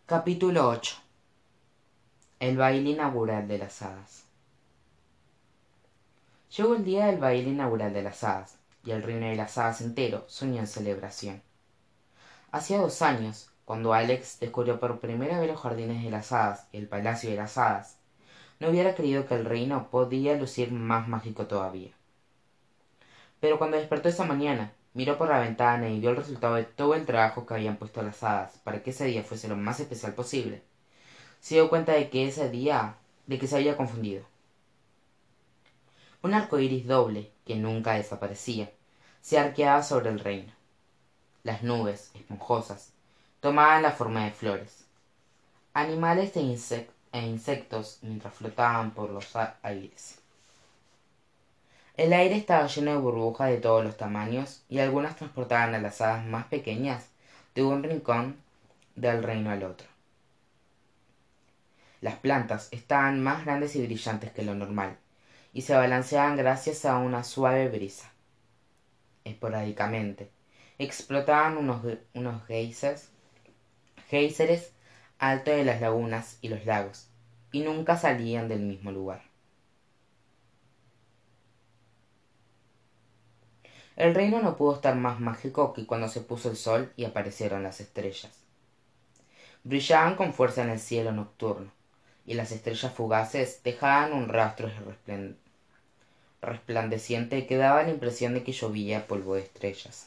Capítulo 8. El baile inaugural de las hadas. Llegó el día del baile inaugural de las hadas, y el reino de las hadas entero soñó en celebración. Hacía 2 años, cuando Alex descubrió por primera vez los jardines de las hadas y el palacio de las hadas, no hubiera creído que el reino podía lucir más mágico todavía. Pero cuando despertó esa mañana, miró por la ventana y vio el resultado de todo el trabajo que habían puesto las hadas para que ese día fuese lo más especial posible, se dio cuenta de que se había confundido. Un arco iris doble, que nunca desaparecía, se arqueaba sobre el reino. Las nubes, esponjosas, tomaban la forma de flores. Animales e insectos mientras flotaban por los aires. El aire estaba lleno de burbujas de todos los tamaños y algunas transportaban a las hadas más pequeñas de un rincón del reino al otro. Las plantas estaban más grandes y brillantes que lo normal, y se balanceaban gracias a una suave brisa. Esporádicamente, explotaban unos géiseres alto de las lagunas y los lagos, y nunca salían del mismo lugar. El reino no pudo estar más mágico que cuando se puso el sol y aparecieron las estrellas. Brillaban con fuerza en el cielo nocturno, y las estrellas fugaces dejaban un rastro resplandeciente que daba la impresión de que llovía polvo de estrellas.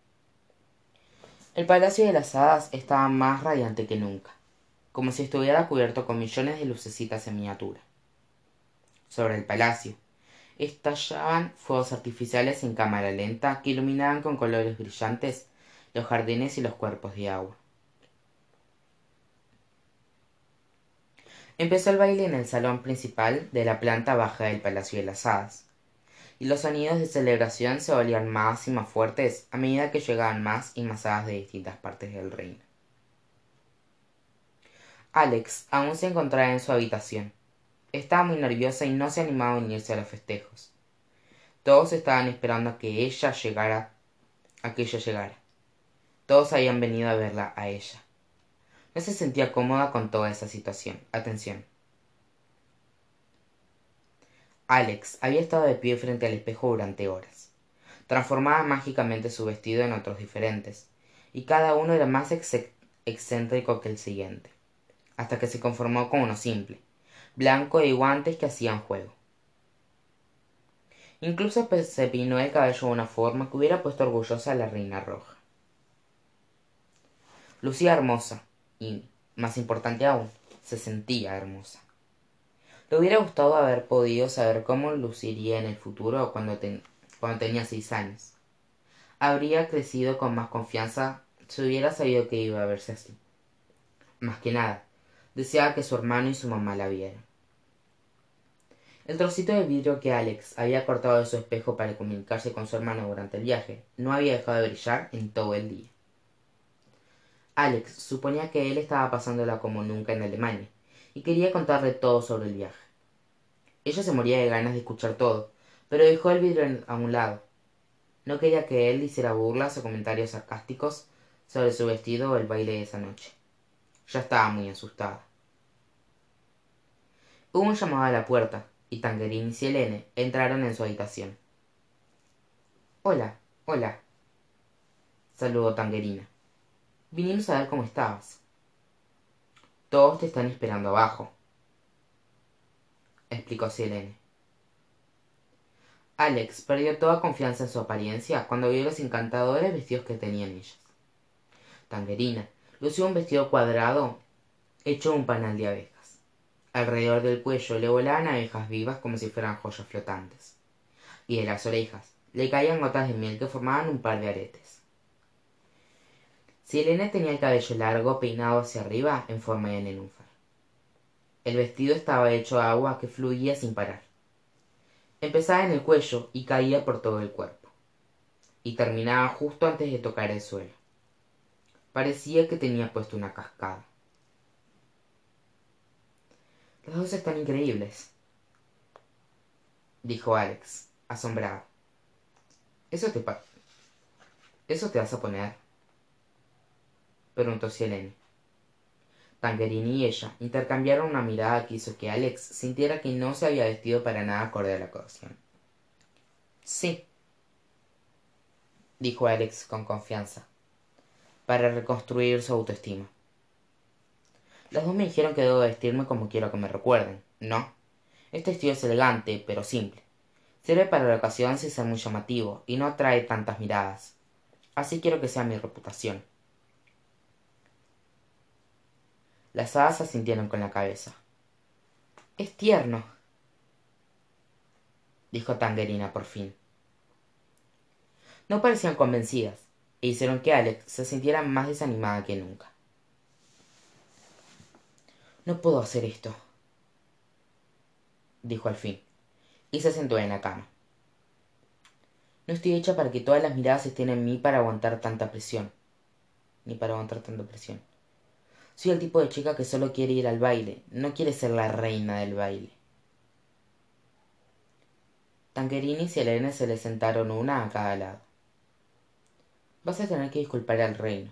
El palacio de las hadas estaba más radiante que nunca, como si estuviera cubierto con millones de lucecitas en miniatura. Sobre el palacio estallaban fuegos artificiales en cámara lenta que iluminaban con colores brillantes los jardines y los cuerpos de agua. Empezó el baile en el salón principal de la planta baja del Palacio de las Hadas, y los sonidos de celebración se volvían más y más fuertes a medida que llegaban más y más hadas de distintas partes del reino. Alex aún se encontraba en su habitación. Estaba muy nerviosa y no se animaba a unirse a los festejos. Todos estaban esperando a que ella llegara. Todos habían venido a verla a ella. No se sentía cómoda con toda esa atención. Alex había estado de pie frente al espejo durante horas. Transformaba mágicamente su vestido en otros diferentes, y cada uno era más excéntrico que el siguiente, hasta que se conformó con uno simple, blanco y guantes que hacían juego. Incluso se peinó el cabello de una forma que hubiera puesto orgullosa a la reina roja. Lucía hermosa, y, más importante aún, se sentía hermosa. Le hubiera gustado haber podido saber cómo luciría en el futuro cuando tenía 6 años. Habría crecido con más confianza si hubiera sabido que iba a verse así. Más que nada, deseaba que su hermano y su mamá la vieran. El trocito de vidrio que Alex había cortado de su espejo para comunicarse con su hermano durante el viaje no había dejado de brillar en todo el día. Alex suponía que él estaba pasándola como nunca en Alemania, y quería contarle todo sobre el viaje. Ella se moría de ganas de escuchar todo, pero dejó el vidrio a un lado. No quería que él hiciera burlas o comentarios sarcásticos sobre su vestido o el baile de esa noche. Ya estaba muy asustada. Hubo un llamado a la puerta, y Tangerine y Selene entraron en su habitación. Hola, hola, saludó Tangerina. Vinimos a ver cómo estabas. Todos te están esperando abajo, explicó Selene. Alex perdió toda confianza en su apariencia cuando vio los encantadores vestidos que tenían ellas. Tangerina lució un vestido cuadrado hecho de un panal de abejas. Alrededor del cuello le volaban abejas vivas como si fueran joyas flotantes, y de las orejas le caían gotas de miel que formaban un par de aretes. Selene tenía el cabello largo peinado hacia arriba en forma de nenúfar. El vestido estaba hecho de agua que fluía sin parar. Empezaba en el cuello y caía por todo el cuerpo, y terminaba justo antes de tocar el suelo. Parecía que tenía puesto una cascada. Los dos están increíbles, dijo Alex, asombrado. ¿Eso te vas a poner?, preguntó Selene. Tangerine y ella intercambiaron una mirada que hizo que Alex sintiera que no se había vestido para nada acorde a la ocasión. Sí, dijo Alex con confianza, para reconstruir su autoestima. Los dos me dijeron que debo vestirme como quiero que me recuerden, ¿no? Este estilo es elegante, pero simple. Sirve para la ocasión sin ser muy llamativo y no atrae tantas miradas. Así quiero que sea mi reputación. Las hadas asintieron con la cabeza. Es tierno, dijo Tangerina por fin. No parecían convencidas, e hicieron que Alex se sintiera más desanimada que nunca. No puedo hacer esto, dijo al fin, y se sentó en la cama. No estoy hecha para que todas las miradas estén en mí para aguantar tanta presión. Ni para aguantar tanta presión. Soy el tipo de chica que solo quiere ir al baile, no quiere ser la reina del baile. Tangerine y Selene se le sentaron una a cada lado. Vas a tener que disculpar al reino,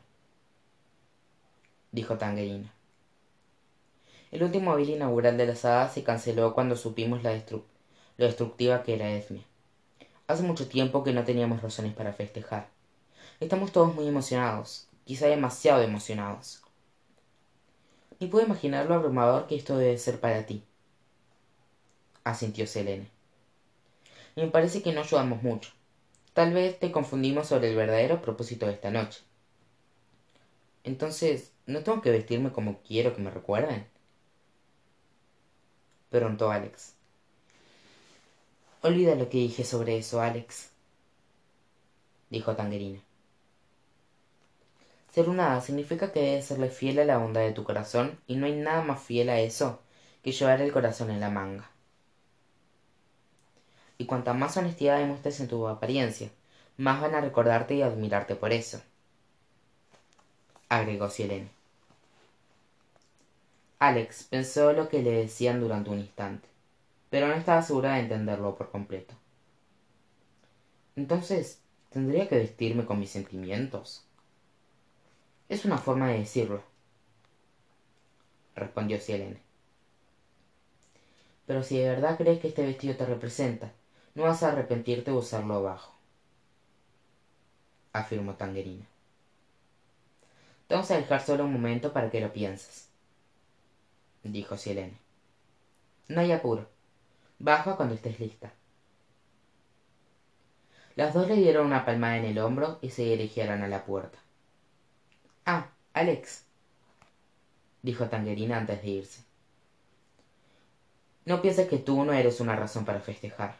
dijo Tangerine. El último baile inaugural de las hadas se canceló cuando supimos lo destructiva que era Esme. Hace mucho tiempo que no teníamos razones para festejar. Estamos todos muy emocionados, quizá demasiado emocionados. Ni puedo imaginar lo abrumador que esto debe ser para ti, asintió Selene. Y me parece que no ayudamos mucho. Tal vez te confundimos sobre el verdadero propósito de esta noche. Entonces, ¿no tengo que vestirme como quiero que me recuerden? Preguntó Alex. Olvida lo que dije sobre eso, Alex, dijo Tangerina. Ser una hada significa que debes serle fiel a la bondad de tu corazón, y no hay nada más fiel a eso que llevar el corazón en la manga. Y cuanta más honestidad demuestres en tu apariencia, más van a recordarte y admirarte por eso, agregó Selene. Alex pensó lo que le decían durante un instante, pero no estaba segura de entenderlo por completo. Entonces, ¿tendría que vestirme con mis sentimientos? Es una forma de decirlo, respondió Selene. Pero si de verdad crees que este vestido te representa, no vas a arrepentirte de usarlo abajo, afirmó Tangerina. Te vamos a dejar solo un momento para que lo pienses, dijo Selene. No hay apuro. Baja cuando estés lista. Las dos le dieron una palmada en el hombro y se dirigieron a la puerta. Ah, Alex, dijo Tangerina antes de irse. No pienses que tú no eres una razón para festejar.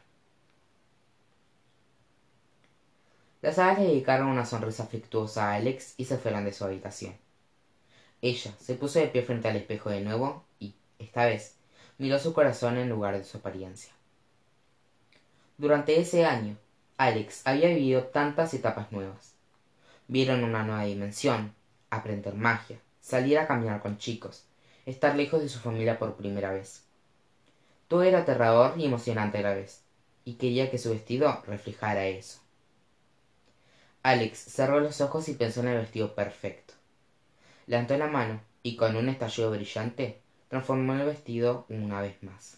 Las hadas le dedicaron una sonrisa afectuosa a Alex y se fueron de su habitación. Ella se puso de pie frente al espejo de nuevo y, esta vez, miró su corazón en lugar de su apariencia. Durante ese año, Alex había vivido tantas etapas nuevas. Vieron una nueva dimensión, aprender magia, salir a caminar con chicos, estar lejos de su familia por primera vez. Todo era aterrador y emocionante a la vez, y quería que su vestido reflejara eso. Alex cerró los ojos y pensó en el vestido perfecto. Levantó la mano y con un estallido brillante transformó el vestido una vez más.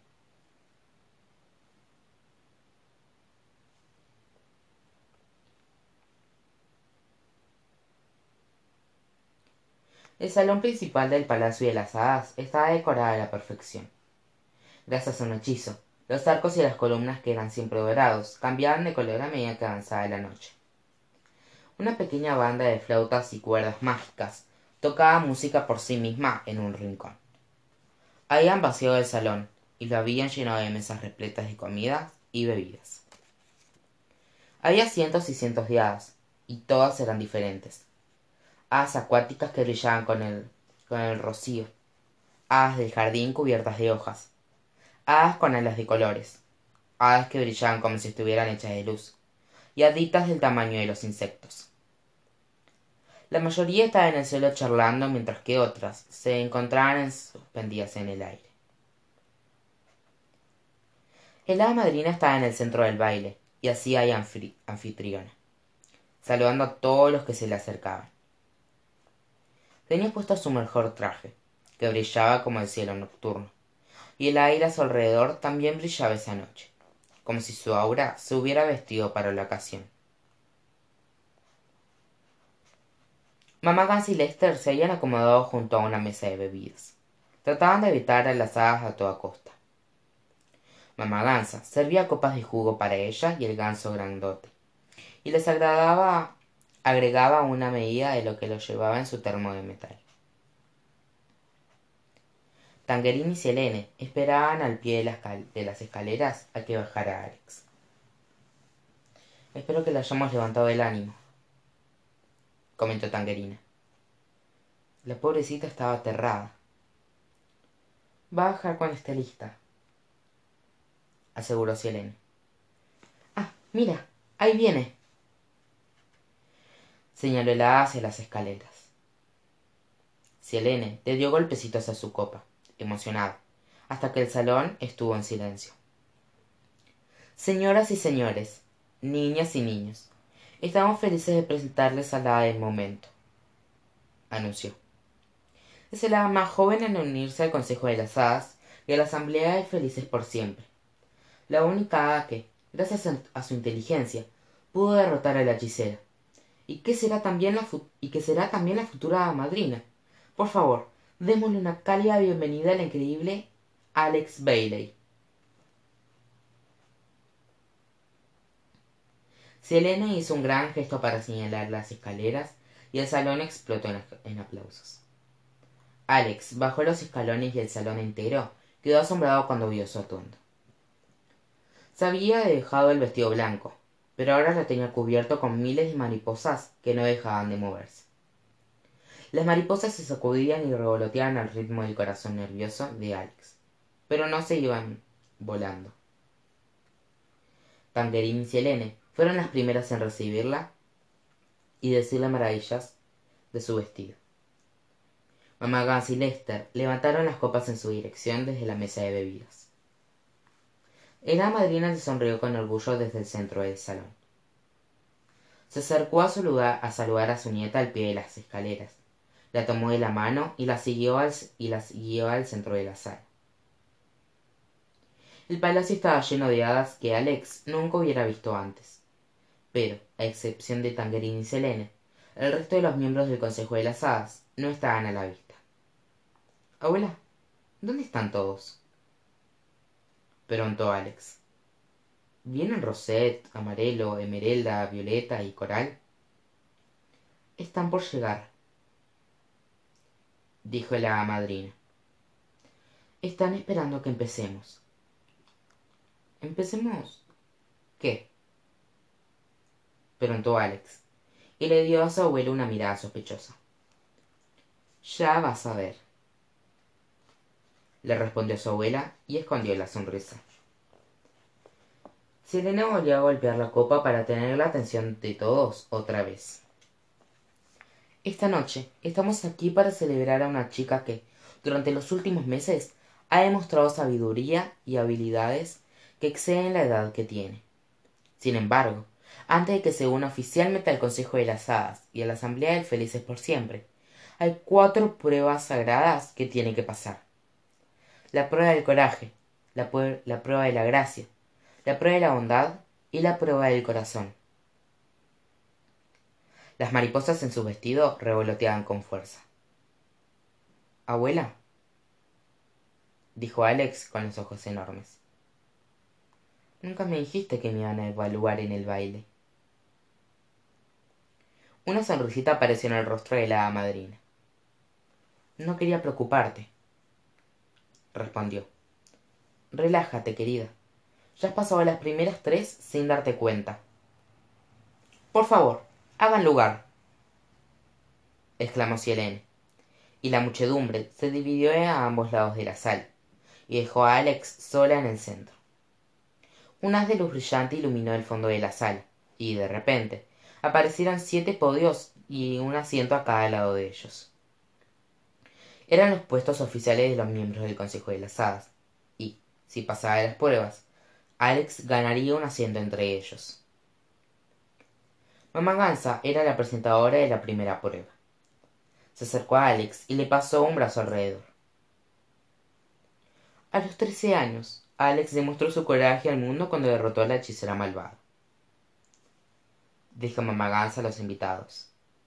El salón principal del Palacio de las Hadas estaba decorado a la perfección. Gracias a un hechizo, los arcos y las columnas, que eran siempre dorados, cambiaban de color a medida que avanzaba la noche. Una pequeña banda de flautas y cuerdas mágicas tocaba música por sí misma en un rincón. Habían vaciado el salón y lo habían llenado de mesas repletas de comidas y bebidas. Había cientos y cientos de hadas, y todas eran diferentes. Hadas acuáticas que brillaban con el rocío, hadas del jardín cubiertas de hojas, hadas con alas de colores, hadas que brillaban como si estuvieran hechas de luz, y haditas del tamaño de los insectos. La mayoría estaban en el suelo charlando, mientras que otras se encontraban suspendidas en el aire. El hada madrina estaba en el centro del baile, y hacía de anfitriona, saludando a todos los que se le acercaban. Tenía puesto su mejor traje, que brillaba como el cielo nocturno, y el aire a su alrededor también brillaba esa noche, como si su aura se hubiera vestido para la ocasión. Mamá Gans y Lester se habían acomodado junto a una mesa de bebidas. Trataban de evitar a las hadas a toda costa. Mamá Gansa servía copas de jugo para ellas y el ganso grandote, y les agregaba una medida de lo que lo llevaba en su termo de metal. Tangerine y Selene esperaban al pie de las escaleras a que bajara Alex. «Espero que le hayamos levantado el ánimo», comentó Tangerina. La pobrecita estaba aterrada. «Va a bajar cuando esté lista», aseguró Selene. «Ah, mira, ahí viene», señaló el hada hacia las escaleras. Selene le dio golpecitos a su copa, emocionada, hasta que el salón estuvo en silencio. «Señoras y señores, niñas y niños, estamos felices de presentarles a la hada del momento», anunció. «Es el hada más joven en unirse al Consejo de las Hadas y a la Asamblea de Felices por Siempre. La única hada que, gracias a su inteligencia, pudo derrotar a la hechicera. Y que será también la futura hada madrina. Por favor, démosle una cálida bienvenida a la increíble Alex Bailey». Selene hizo un gran gesto para señalar las escaleras y el salón explotó en aplausos. Alex bajó los escalones y el salón entero quedó asombrado cuando vio su atuendo. Se había dejado el vestido blanco, pero ahora lo tenía cubierto con miles de mariposas que no dejaban de moverse. Las mariposas se sacudían y revoloteaban al ritmo del corazón nervioso de Alex, pero no se iban volando. Tangerine y Selene fueron las primeras en recibirla y decirle maravillas de su vestido. Mamá Gans y Lester levantaron las copas en su dirección desde la mesa de bebidas. El hada madrina le sonrió con orgullo desde el centro del salón. Se acercó a saludar a su nieta al pie de las escaleras, la tomó de la mano y la siguió al centro de la sala. El palacio estaba lleno de hadas que Alex nunca hubiera visto antes, pero, a excepción de Tangerine y Selene, el resto de los miembros del Consejo de las Hadas no estaban a la vista. «Abuela, ¿dónde están todos?», preguntó Alex. «¿Vienen Rosette, Amarelo, Emerelda, Violeta y Coral?» «Están por llegar», dijo la madrina. «Están esperando que empecemos». «¿Empecemos qué?», preguntó Alex, y le dio a su abuelo una mirada sospechosa. «Ya vas a ver», le respondió su abuela y escondió la sonrisa. Selene volvió a golpear la copa para tener la atención de todos otra vez. «Esta noche estamos aquí para celebrar a una chica que, durante los últimos meses, ha demostrado sabiduría y habilidades que exceden la edad que tiene. Sin embargo, antes de que se una oficialmente al Consejo de las Hadas y a la Asamblea de Felices por Siempre, hay 4 pruebas sagradas que tiene que pasar: la prueba del coraje, la prueba de la gracia, la prueba de la bondad y la prueba del corazón». Las mariposas en su vestido revoloteaban con fuerza. «Abuela», dijo Alex con los ojos enormes, «nunca me dijiste que me iban a evaluar en el baile». Una sonrisita apareció en el rostro de la hada madrina. «No quería preocuparte», respondió. «Relájate, querida. Ya has pasado las primeras 3 sin darte cuenta». «Por favor, hagan lugar», exclamó Selene, y la muchedumbre se dividió a ambos lados de la sala, y dejó a Alex sola en el centro. Un haz de luz brillante iluminó el fondo de la sala, y, de repente, aparecieron 7 podios y un asiento a cada lado de ellos. Eran los puestos oficiales de los miembros del Consejo de las Hadas, y, si pasaba las pruebas, Alex ganaría un asiento entre ellos. Mamá Gansa era la presentadora de la primera prueba. Se acercó a Alex y le pasó un brazo alrededor. A los 13 años, Alex demostró su coraje al mundo cuando derrotó a la hechicera malvada, dijo Mamá Gans a los invitados.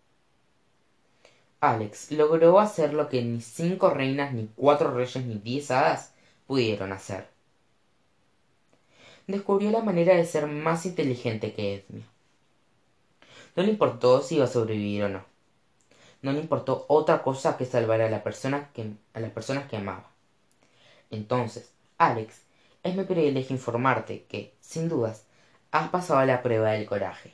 Alex logró hacer lo que ni 5 reinas, ni 4 reyes, ni 10 hadas pudieron hacer. Descubrió la manera de ser más inteligente que Edmure. No le importó si iba a sobrevivir o no. No le importó otra cosa que salvar a las personas que amaba. Entonces, Alex, es mi privilegio informarte que, sin dudas, has pasado la prueba del coraje.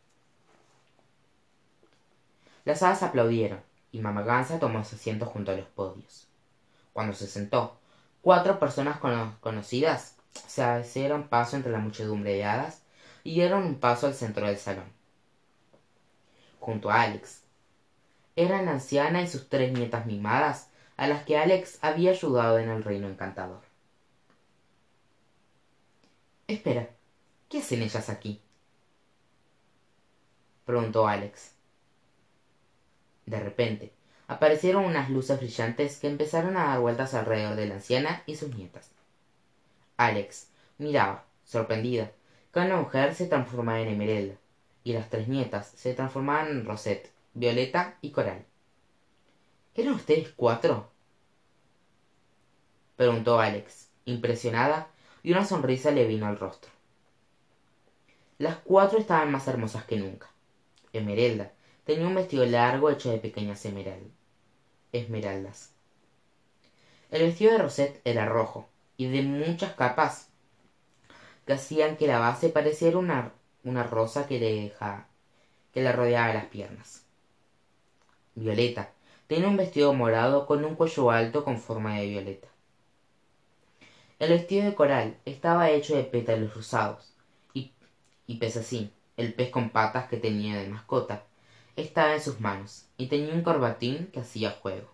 Las hadas aplaudieron, y Mamá Gansa tomó su asiento junto a los podios. Cuando se sentó, 4 personas conocidas se hicieron paso entre la muchedumbre de hadas y dieron un paso al centro del salón. Junto a Alex eran la anciana y sus 3 nietas mimadas, a las que Alex había ayudado en el reino encantador. Espera, ¿qué hacen ellas aquí?, preguntó Alex. De repente, aparecieron unas luces brillantes que empezaron a dar vueltas alrededor de la anciana y sus nietas. Alex miraba, sorprendida, que una mujer se transformaba en Emerelda, y las 3 nietas se transformaban en Rosette, Violeta y Coral. ¿Eran ustedes 4?, preguntó Alex, impresionada, y una sonrisa le vino al rostro. Las 4 estaban más hermosas que nunca. Emerelda tenía un vestido largo hecho de pequeñas esmeraldas. El vestido de Rosette era rojo, y de muchas capas que hacían que la base pareciera una rosa que le rodeaba las piernas. Violeta tenía un vestido morado con un cuello alto con forma de violeta. El vestido de Coral estaba hecho de pétalos rosados, y pese así, el pez con patas que tenía de mascota estaba en sus manos, y tenía un corbatín que hacía juego.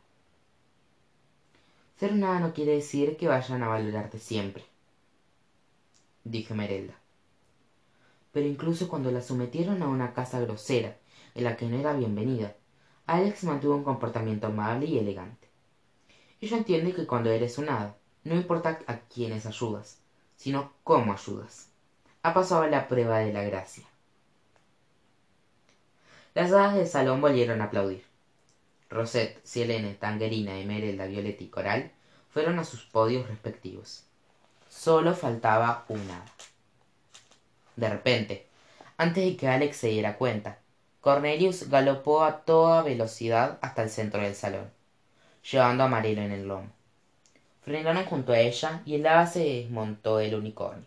Ser nada no quiere decir que vayan a valorarte siempre, dijo Merelda. Pero incluso cuando la sometieron a una casa grosera, en la que no era bienvenida, Alex mantuvo un comportamiento amable y elegante. Ella entiende que cuando eres un hada, no importa a quiénes ayudas, sino cómo ayudas. Ha pasado la prueba de la gracia. Las hadas del salón volvieron a aplaudir. Rosette, Selene, Tangerina, Emerelda, Violeta y Coral fueron a sus podios respectivos. Solo faltaba una hada. De repente, antes de que Alex se diera cuenta, Cornelius galopó a toda velocidad hasta el centro del salón, llevando a Amarelo en el lomo. Frenaron junto a ella y el hada se desmontó del unicornio.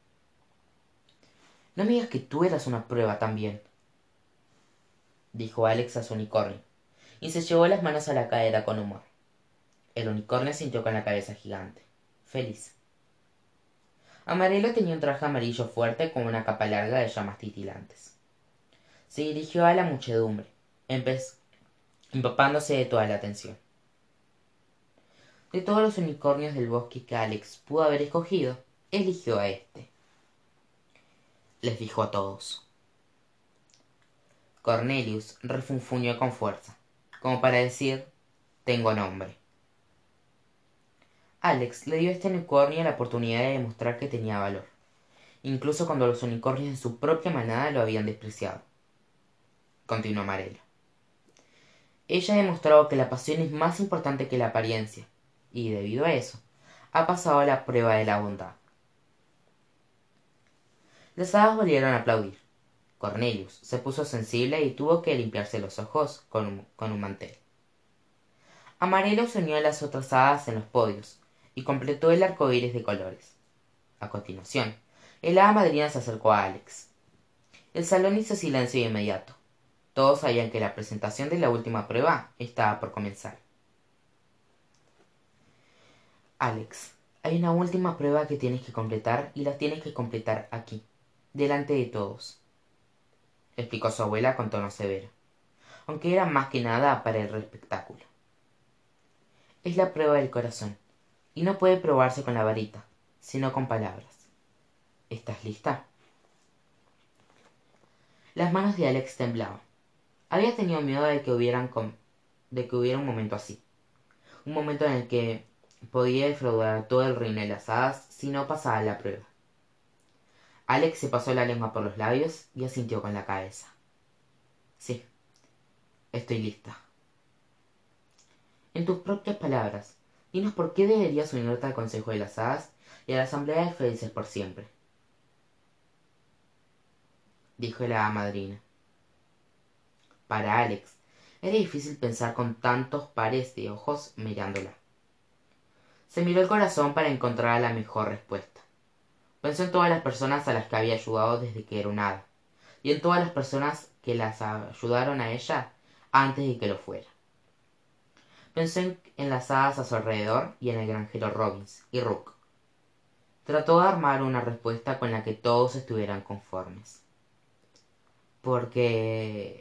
No me digas que tú eras una prueba también, dijo Alex a su unicornio, y se llevó las manos a la cadera con humor. El unicornio sintió con la cabeza gigante, feliz. Amarelo tenía un traje amarillo fuerte con una capa larga de llamas titilantes. Se dirigió a la muchedumbre, empapándose de toda la atención. De todos los unicornios del bosque que Alex pudo haber escogido, eligió a este. Les dijo a todos. Cornelius refunfuñó con fuerza, como para decir: tengo nombre. Alex le dio a este unicornio la oportunidad de demostrar que tenía valor, incluso cuando los unicornios de su propia manada lo habían despreciado. Continuó Amarelo. Ella ha demostrado que la pasión es más importante que la apariencia, y debido a eso, ha pasado la prueba de la bondad. Las hadas volvieron a aplaudir. Cornelius se puso sensible y tuvo que limpiarse los ojos con un mantel. Amarelo se unió a las otras hadas en los podios y completó el arco iris de colores. A continuación, el hada madrina se acercó a Alex. El salón hizo silencio de inmediato. Todos sabían que la presentación de la última prueba estaba por comenzar. Alex, hay una última prueba que tienes que completar y la tienes que completar aquí, delante de todos, explicó su abuela con tono severo, aunque era más que nada para el espectáculo. Es la prueba del corazón, y no puede probarse con la varita, sino con palabras. ¿Estás lista? Las manos de Alex temblaban. Había tenido miedo de que hubiera un momento así. Un momento en el que podía defraudar a todo el reino de las hadas si no pasaba la prueba. Alex se pasó la lengua por los labios y asintió con la cabeza. Sí, estoy lista. En tus propias palabras, dinos por qué deberías unirte al Consejo de las Hadas y a la Asamblea de Felices por siempre, dijo la hada madrina. Para Alex, era difícil pensar con tantos pares de ojos mirándola. Se miró el corazón para encontrar la mejor respuesta. Pensó en todas las personas a las que había ayudado desde que era un hada, y en todas las personas que las ayudaron a ella antes de que lo fuera. Pensó en las hadas a su alrededor y en el granjero Robbins y Rook. Trató de armar una respuesta con la que todos estuvieran conformes. Porque...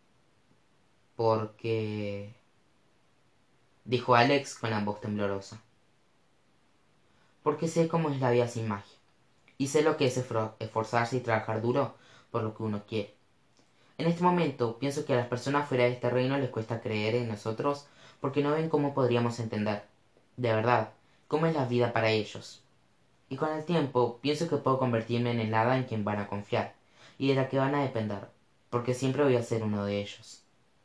porque... dijo Alex con la voz temblorosa. Porque sé cómo es la vida sin magia, y sé lo que es esforzarse y trabajar duro por lo que uno quiere. En este momento pienso que a las personas fuera de este reino les cuesta creer en nosotros porque no ven cómo podríamos entender, de verdad, cómo es la vida para ellos. Y con el tiempo pienso que puedo convertirme en el hada en quien van a confiar, y de la que van a depender, porque siempre voy a ser uno de ellos.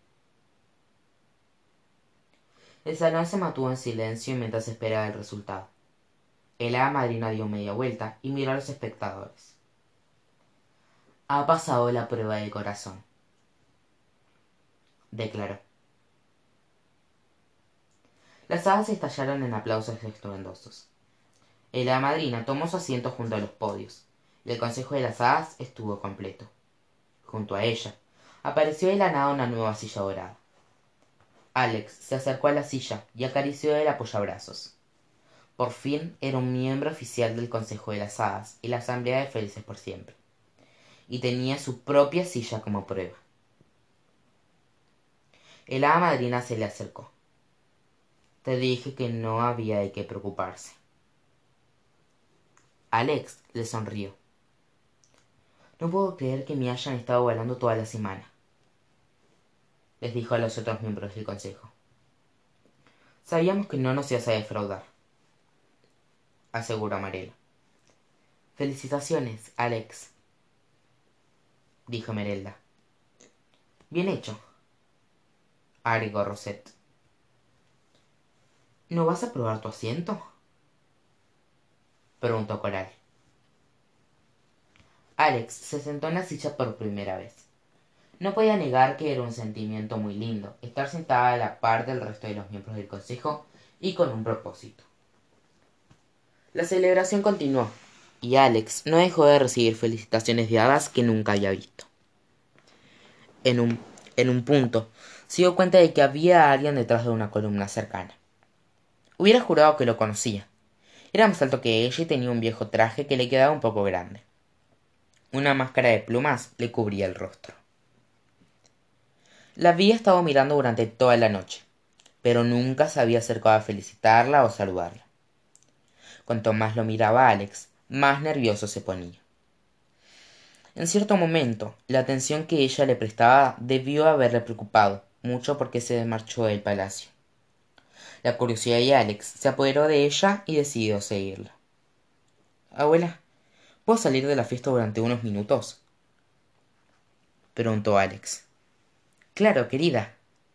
El salón se mantuvo en silencio mientras esperaba el resultado. El hada madrina dio media vuelta y miró a los espectadores. Ha pasado la prueba de corazón, declaró. Las hadas estallaron en aplausos estruendosos. El hada madrina tomó su asiento junto a los podios, y el consejo de las hadas estuvo completo. Junto a ella, apareció de la nada una nueva silla dorada. Alex se acercó a la silla y acarició el apoyabrazos. Por fin era un miembro oficial del Consejo de las Hadas y la Asamblea de Felices por siempre, y tenía su propia silla como prueba. El hada madrina se le acercó. Te dije que no había de qué preocuparse. Alex le sonrió. No puedo creer que me hayan estado volando toda la semana, les dijo a los otros miembros del consejo. Sabíamos que no nos ibas a defraudar, aseguró Marela. Felicitaciones, Alex, dijo Merelda. Bien hecho, agregó Rosette. ¿No vas a probar tu asiento?, preguntó Coral. Alex se sentó en la silla por primera vez. No podía negar que era un sentimiento muy lindo estar sentada a la par del resto de los miembros del consejo y con un propósito. La celebración continuó, y Alex no dejó de recibir felicitaciones de hadas que nunca había visto. En un punto, se dio cuenta de que había alguien detrás de una columna cercana. Hubiera jurado que lo conocía. Era más alto que ella y tenía un viejo traje que le quedaba un poco grande. Una máscara de plumas le cubría el rostro. La había estado mirando durante toda la noche, pero nunca se había acercado a felicitarla o saludarla. Cuanto más lo miraba Alex, más nervioso se ponía. En cierto momento, la atención que ella le prestaba debió haberle preocupado mucho porque se marchó del palacio. La curiosidad de Alex se apoderó de ella y decidió seguirla. Abuela, ¿puedo salir de la fiesta durante unos minutos?, preguntó Alex. Claro, querida.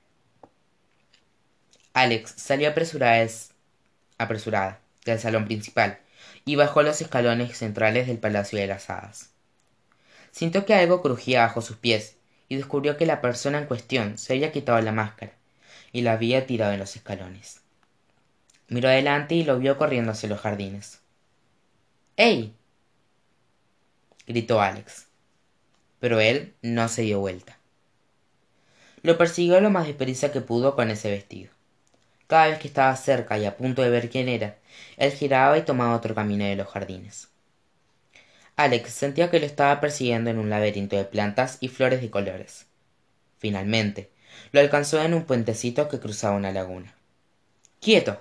Alex salió apresurada del salón principal y bajó los escalones centrales del Palacio de las Hadas. Sintió que algo crujía bajo sus pies y descubrió que la persona en cuestión se había quitado la máscara y la había tirado en los escalones. Miró adelante y lo vio corriendo hacia los jardines. ¡Ey! Gritó Alex, pero él no se dio vuelta. Lo persiguió lo más deprisa que pudo con ese vestido. Cada vez que estaba cerca y a punto de ver quién era, él giraba y tomaba otro camino de los jardines. Alex sentía que lo estaba persiguiendo en un laberinto de plantas y flores de colores. Finalmente, lo alcanzó en un puentecito que cruzaba una laguna. ¡Quieto!,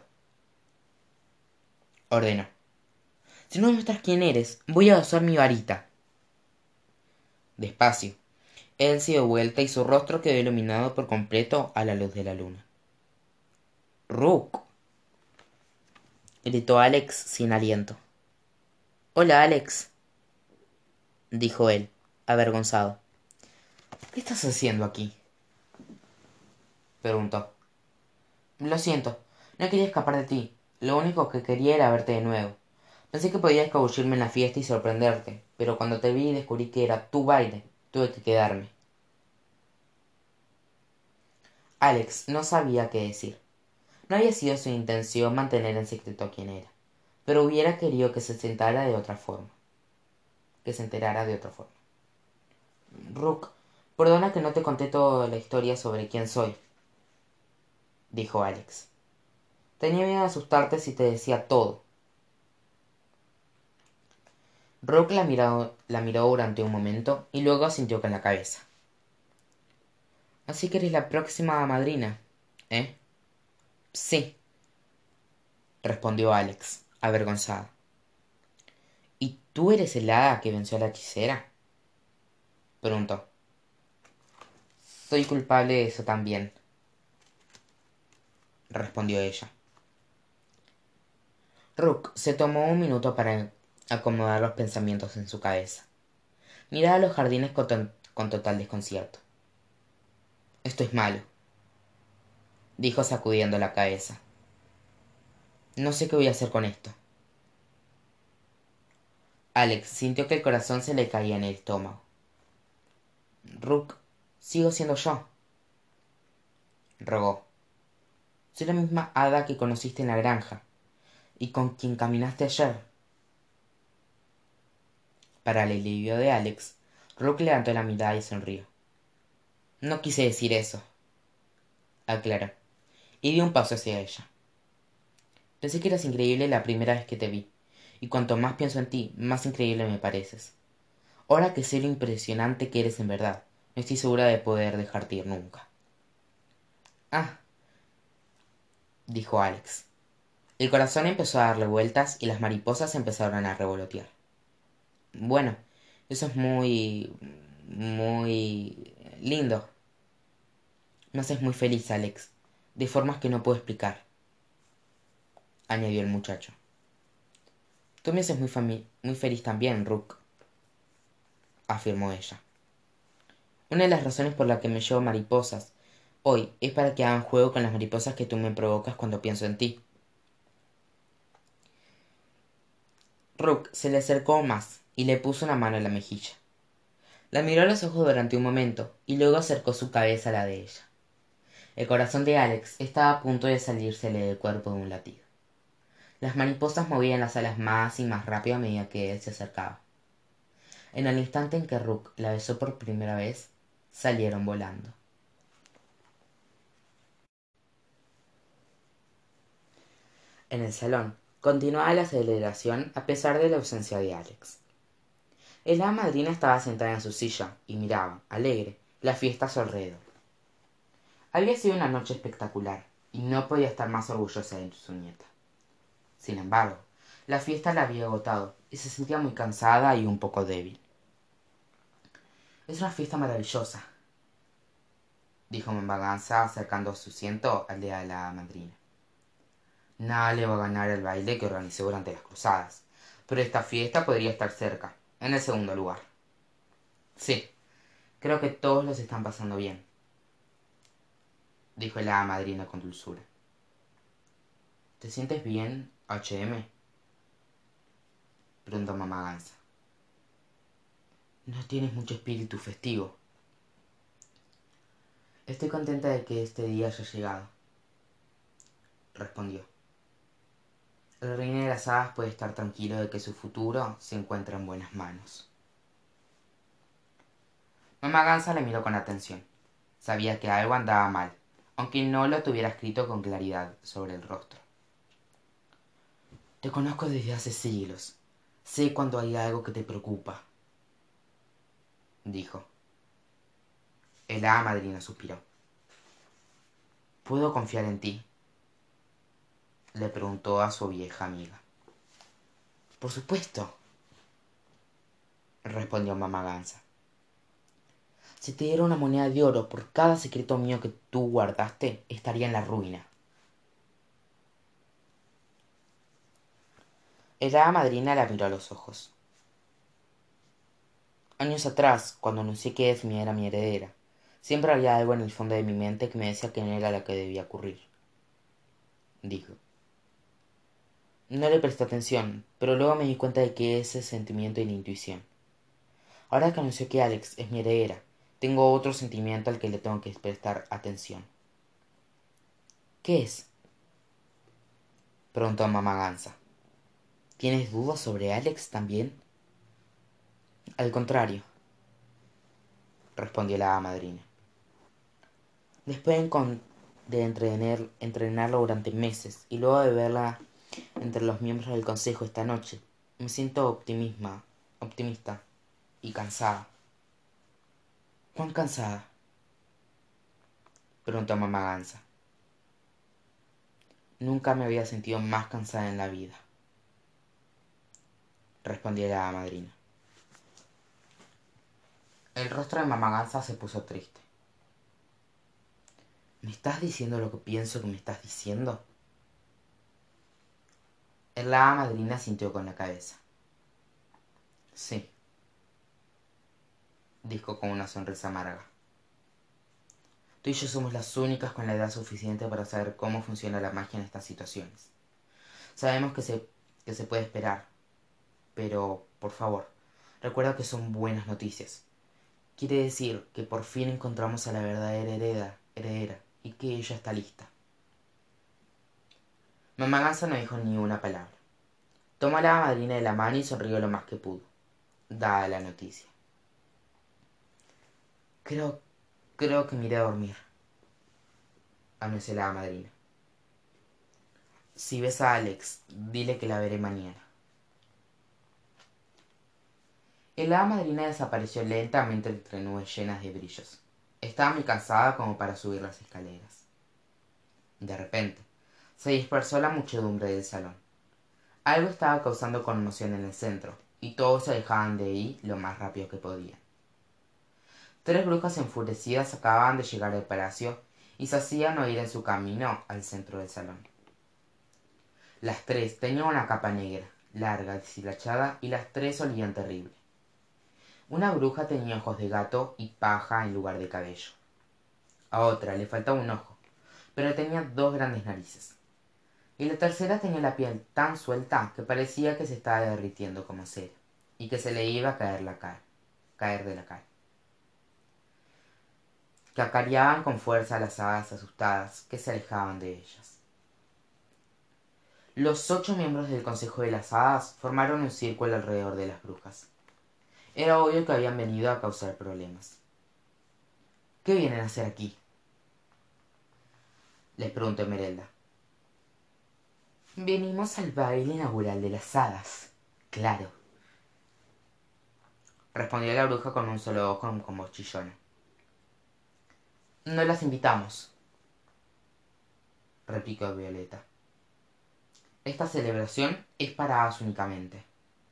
ordenó. Si no muestras quién eres, voy a usar mi varita. Despacio, él se dio vuelta y su rostro quedó iluminado por completo a la luz de la luna. Rook, gritó Alex sin aliento. Hola, Alex, dijo él, avergonzado. ¿Qué estás haciendo aquí? Preguntó. Lo siento, no quería escapar de ti. Lo único que quería era verte de nuevo. Pensé que podía escabullirme en la fiesta y sorprenderte, pero cuando te vi y descubrí que era tu baile, tuve que quedarme. Alex no sabía qué decir. No había sido su intención mantener en secreto quién era, pero hubiera querido que se enterara de otra forma. Rook, perdona que no te conté toda la historia sobre quién soy, dijo Alex. Tenía miedo de asustarte si te decía todo. Rook la miró durante un momento y luego asintió con la cabeza. Así que eres la próxima madrina, ¿eh? Sí, respondió Alex, avergonzada. ¿Y tú eres el hada que venció a la hechicera? Preguntó. Soy culpable de eso también, respondió ella. Rook se tomó un minuto para acomodar los pensamientos en su cabeza. Miraba los jardines con total desconcierto. Esto es malo, dijo sacudiendo la cabeza. No sé qué voy a hacer con esto. Alex sintió que el corazón se le caía en el estómago. Rook, sigo siendo yo, rogó. Soy la misma hada que conociste en la granja y con quien caminaste ayer. Para el alivio de Alex, Rook levantó la mirada y sonrió. No quise decir eso, aclaró, y dio un paso hacia ella. Pensé que eras increíble la primera vez que te vi, y cuanto más pienso en ti, más increíble me pareces. Ahora que sé lo impresionante que eres en verdad, no estoy segura de poder dejarte ir nunca. Ah, dijo Alex. El corazón empezó a darle vueltas y las mariposas empezaron a revolotear. Bueno, eso es muy lindo. Me haces muy feliz, Alex, de formas que no puedo explicar, añadió el muchacho. Tú me haces muy feliz también, Rook, afirmó ella. Una de las razones por la que me llevo mariposas hoy es para que hagan juego con las mariposas que tú me provocas cuando pienso en ti. Rook se le acercó más y le puso una mano en la mejilla. La miró a los ojos durante un momento y luego acercó su cabeza a la de ella. El corazón de Alex estaba a punto de salírsele del cuerpo de un latido. Las mariposas movían las alas más y más rápido a medida que él se acercaba. En el instante en que Rook la besó por primera vez, salieron volando. En el salón, continuaba la celebración a pesar de la ausencia de Alex. El hada madrina estaba sentada en su silla y miraba, alegre, la fiesta a su alrededor. Había sido una noche espectacular y no podía estar más orgullosa de su nieta. Sin embargo, la fiesta la había agotado y se sentía muy cansada y un poco débil. Es una fiesta maravillosa, dijo Mambaganza acercando su asiento al de la madrina. Nada le va a ganar el baile que organizó durante las cruzadas, pero esta fiesta podría estar cerca, en el segundo lugar. Sí, creo que todos los están pasando bien, dijo la madrina con dulzura. ¿Te sientes bien, H.M.? Preguntó Mamá Gansa. No tienes mucho espíritu festivo. Estoy contenta de que este día haya llegado, respondió. El reino de las hadas puede estar tranquilo de que su futuro se encuentra en buenas manos. Mamá Gansa le miró con atención. Sabía que algo andaba mal, aunque no lo tuviera escrito con claridad sobre el rostro. Te conozco desde hace siglos. Sé cuando hay algo que te preocupa, dijo. El hada madrina suspiró. ¿Puedo confiar en ti? Le preguntó a su vieja amiga. Por supuesto, respondió Mamá Gansa. Si te diera una moneda de oro por cada secreto mío que tú guardaste, estaría en la ruina. El hada madrina la miró a los ojos. Años atrás, cuando anuncié que Esme era mi heredera, siempre había algo en el fondo de mi mente que me decía que no era lo que debía ocurrir, dijo. No le presté atención, pero luego me di cuenta de que ese sentimiento y la intuición. Ahora que anunció que Alex es mi heredera, tengo otro sentimiento al que le tengo que prestar atención. ¿Qué es? Preguntó mamá Gansa. ¿Tienes dudas sobre Alex también? Al contrario, respondió la hada madrina. Después de entrenarlo durante meses y luego de verla entre los miembros del consejo esta noche, me siento optimista y cansada. ¿Cuán cansada? Preguntó mamá Gansa. Nunca me había sentido más cansada en la vida, respondió la hada madrina. El rostro de mamá Gansa se puso triste. ¿Me estás diciendo lo que pienso que me estás diciendo? La hada madrina sintió con la cabeza. Sí, dijo con una sonrisa amarga. Tú y yo somos las únicas con la edad suficiente para saber cómo funciona la magia en estas situaciones. Sabemos que se puede esperar, pero, por favor, recuerda que son buenas noticias. Quiere decir que por fin encontramos a la verdadera heredera y que ella está lista. Mamá Gansa no dijo ni una palabra. Tomó a la madrina de la mano y sonrió lo más que pudo, dada la noticia. Creo que me iré a dormir, anunció la madrina. Si ves a Alex, dile que la veré mañana. El hada madrina desapareció lentamente entre nubes llenas de brillos. Estaba muy cansada como para subir las escaleras. De repente, se dispersó la muchedumbre del salón. Algo estaba causando conmoción en el centro, y todos se alejaban de ahí lo más rápido que podían. 3 brujas enfurecidas acababan de llegar al palacio y se hacían oír en su camino al centro del salón. Las 3 tenían una capa negra, larga, deshilachada, y las 3 olían terrible. Una bruja tenía ojos de gato y paja en lugar de cabello. A otra le faltaba un ojo, pero tenía 2 grandes narices. Y la tercera tenía la piel tan suelta que parecía que se estaba derritiendo como cera, y que se le iba a caer de la cara. Cacareaban con fuerza a las hadas asustadas que se alejaban de ellas. Los 8 miembros del consejo de las hadas formaron un círculo alrededor de las brujas. Era obvio que habían venido a causar problemas. ¿Qué vienen a hacer aquí?, les preguntó Merelda. Venimos al baile inaugural de las hadas, claro, respondió la bruja con un solo ojo con voz chillona. No las invitamos, replicó Violeta. Esta celebración es para hadas únicamente.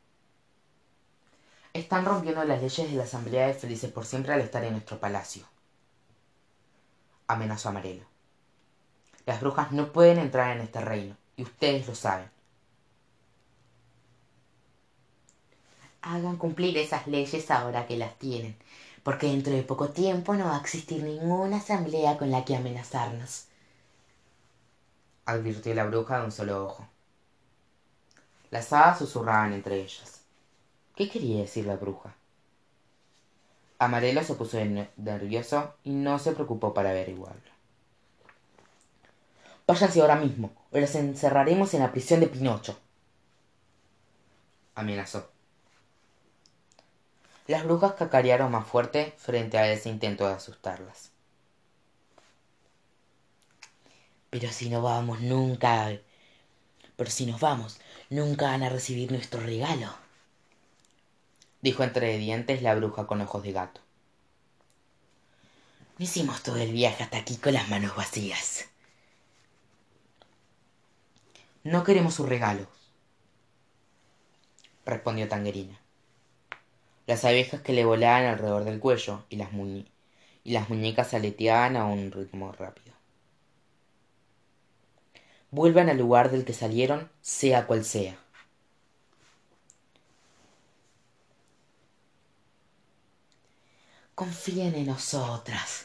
Están rompiendo las leyes de la Asamblea de Felices por Siempre al estar en nuestro palacio, amenazó Amarelo. Las brujas no pueden entrar en este reino, y ustedes lo saben. Hagan cumplir esas leyes ahora que las tienen, porque dentro de poco tiempo no va a existir ninguna asamblea con la que amenazarnos, advirtió la bruja de un solo ojo. Las hadas susurraban entre ellas. ¿Qué quería decir la bruja? Amarelo se puso nervioso y no se preocupó para averiguarlo. Váyanse ahora mismo, o los encerraremos en la prisión de Pinocho, amenazó. Las brujas cacarearon más fuerte frente a ese intento de asustarlas. Pero si nos vamos, nunca van a recibir nuestro regalo, dijo entre dientes la bruja con ojos de gato. Hicimos todo el viaje hasta aquí con las manos vacías. No queremos su regalo, respondió Tangerina. Las abejas que le volaban alrededor del cuello y las muñecas aleteaban a un ritmo rápido. Vuelvan al lugar del que salieron, sea cual sea, Confíen en nosotras.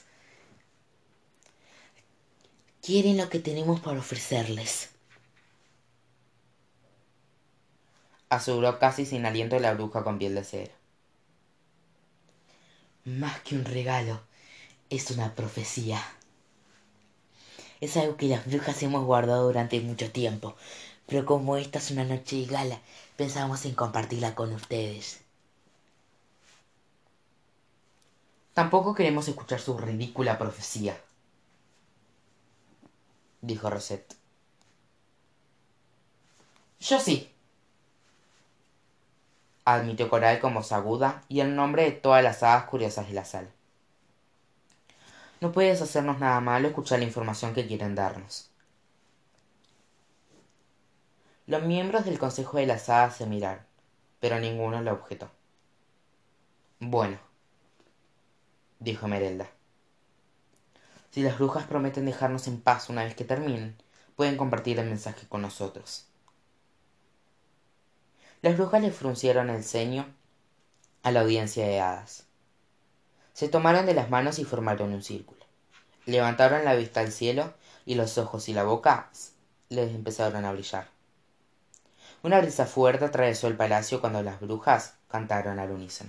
Quieren lo que tenemos para ofrecerles. Aseguró casi sin aliento la bruja con piel de cera. Más que un regalo, es una profecía. Es algo que las brujas hemos guardado durante mucho tiempo, pero como esta es una noche de gala, pensamos en compartirla con ustedes. Tampoco queremos escuchar su ridícula profecía, dijo Rosette. Yo sí, admitió Coral con voz aguda y en nombre de todas las hadas curiosas de la sala. No puedes hacernos nada malo escuchar la información que quieren darnos. Los miembros del Consejo de las Hadas se miraron, pero ninguno le objetó. Bueno, dijo Merelda. Si las brujas prometen dejarnos en paz una vez que terminen, pueden compartir el mensaje con nosotros. Las brujas le fruncieron el ceño a la audiencia de hadas. Se tomaron de las manos y formaron un círculo. Levantaron la vista al cielo y los ojos y la boca les empezaron a brillar. Una brisa fuerte atravesó el palacio cuando las brujas cantaron al unísono.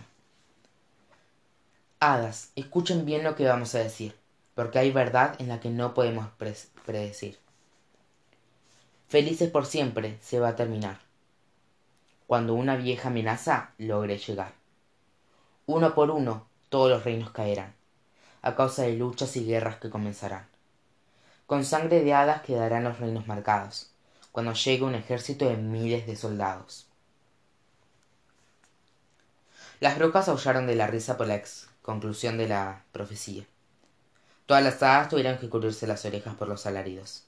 Hadas, escuchen bien lo que vamos a decir, porque hay verdad en la que no podemos predecir. Felices por siempre se va a terminar. Cuando una vieja amenaza logre llegar. Uno por uno, todos los reinos caerán, a causa de luchas y guerras que comenzarán. Con sangre de hadas quedarán los reinos marcados, cuando llegue un ejército de miles de soldados. Las brujas aullaron de la risa por la conclusión de la profecía. Todas las hadas tuvieron que cubrirse las orejas por los alaridos.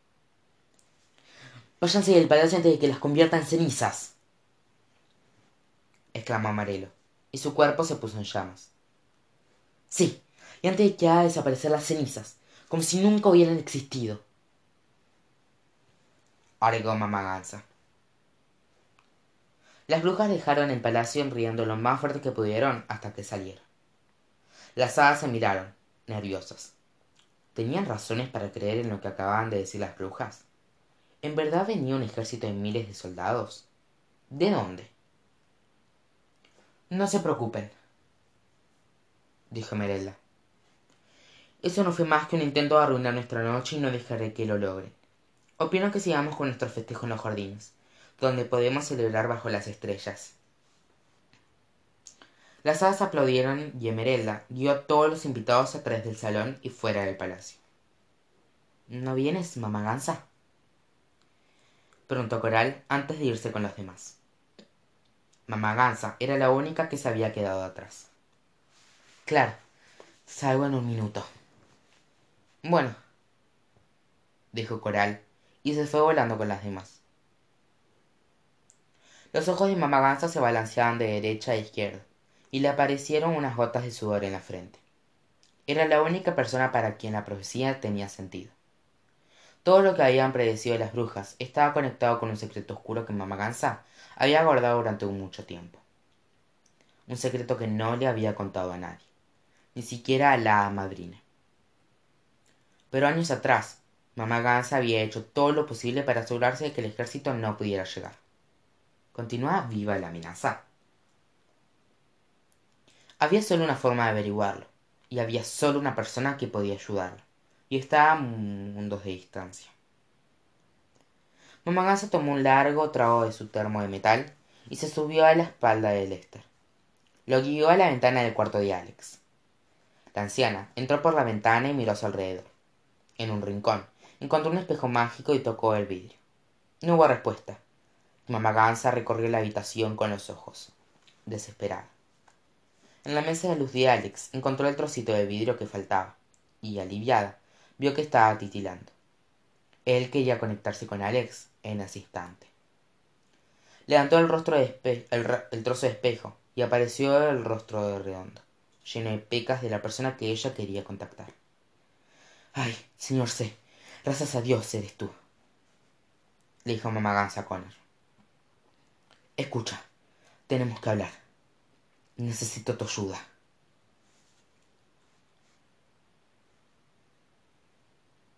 «Váyanse del palacio antes de que las convierta en cenizas», exclamó Amarelo, y su cuerpo se puso en llamas. «Sí, y antes de que haga desaparecer las cenizas, como si nunca hubieran existido», agregó Mamá Gansa. Las brujas dejaron el palacio riendo lo más fuerte que pudieron hasta que salieron. Las hadas se miraron, nerviosas. ¿Tenían razones para creer en lo que acababan de decir las brujas? ¿En verdad venía un ejército de miles de soldados? ¿De dónde? No se preocupen, dijo Merelda. Eso no fue más que un intento de arruinar nuestra noche y no dejaré que lo logren. Opino que sigamos con nuestro festejo en los jardines, donde podemos celebrar bajo las estrellas. Las hadas aplaudieron y Emerelda guió a todos los invitados a través del salón y fuera del palacio. ¿No vienes, mamá Gansa?, preguntó Coral antes de irse con los demás. Mamá Gansa era la única que se había quedado atrás. Claro, salgo en un minuto. Bueno, dijo Coral y se fue volando con las demás. Los ojos de mamá Gansa se balanceaban de derecha a izquierda y le aparecieron unas gotas de sudor en la frente. Era la única persona para quien la profecía tenía sentido. Todo lo que habían predecido las brujas estaba conectado con un secreto oscuro que mamá Gansa había guardado durante mucho tiempo. Un secreto que no le había contado a nadie, ni siquiera a la hada madrina. Pero años atrás, mamá Gansa había hecho todo lo posible para asegurarse de que el ejército no pudiera llegar. ¿Continuaba viva la amenaza? Había solo una forma de averiguarlo, y había solo una persona que podía ayudarlo, y estaba a mundos de distancia. Mamá Gansa tomó un largo trago de su termo de metal y se subió a la espalda de Lester. Lo guió a la ventana del cuarto de Alex. La anciana entró por la ventana y miró a su alrededor. En un rincón encontró un espejo mágico y tocó el vidrio. No hubo respuesta. Mamá Gansa recorrió la habitación con los ojos, desesperada. En la mesa de luz de Alex encontró el trocito de vidrio que faltaba, y, aliviada, vio que estaba titilando. Él quería conectarse con Alex en ese instante. Levantó el trozo de espejo y apareció el rostro de redondo, lleno de pecas de la persona que ella quería contactar. «Ay, señor C, gracias a Dios eres tú», le dijo mamá Gansa a Connor. «Escucha, tenemos que hablar. Necesito tu ayuda».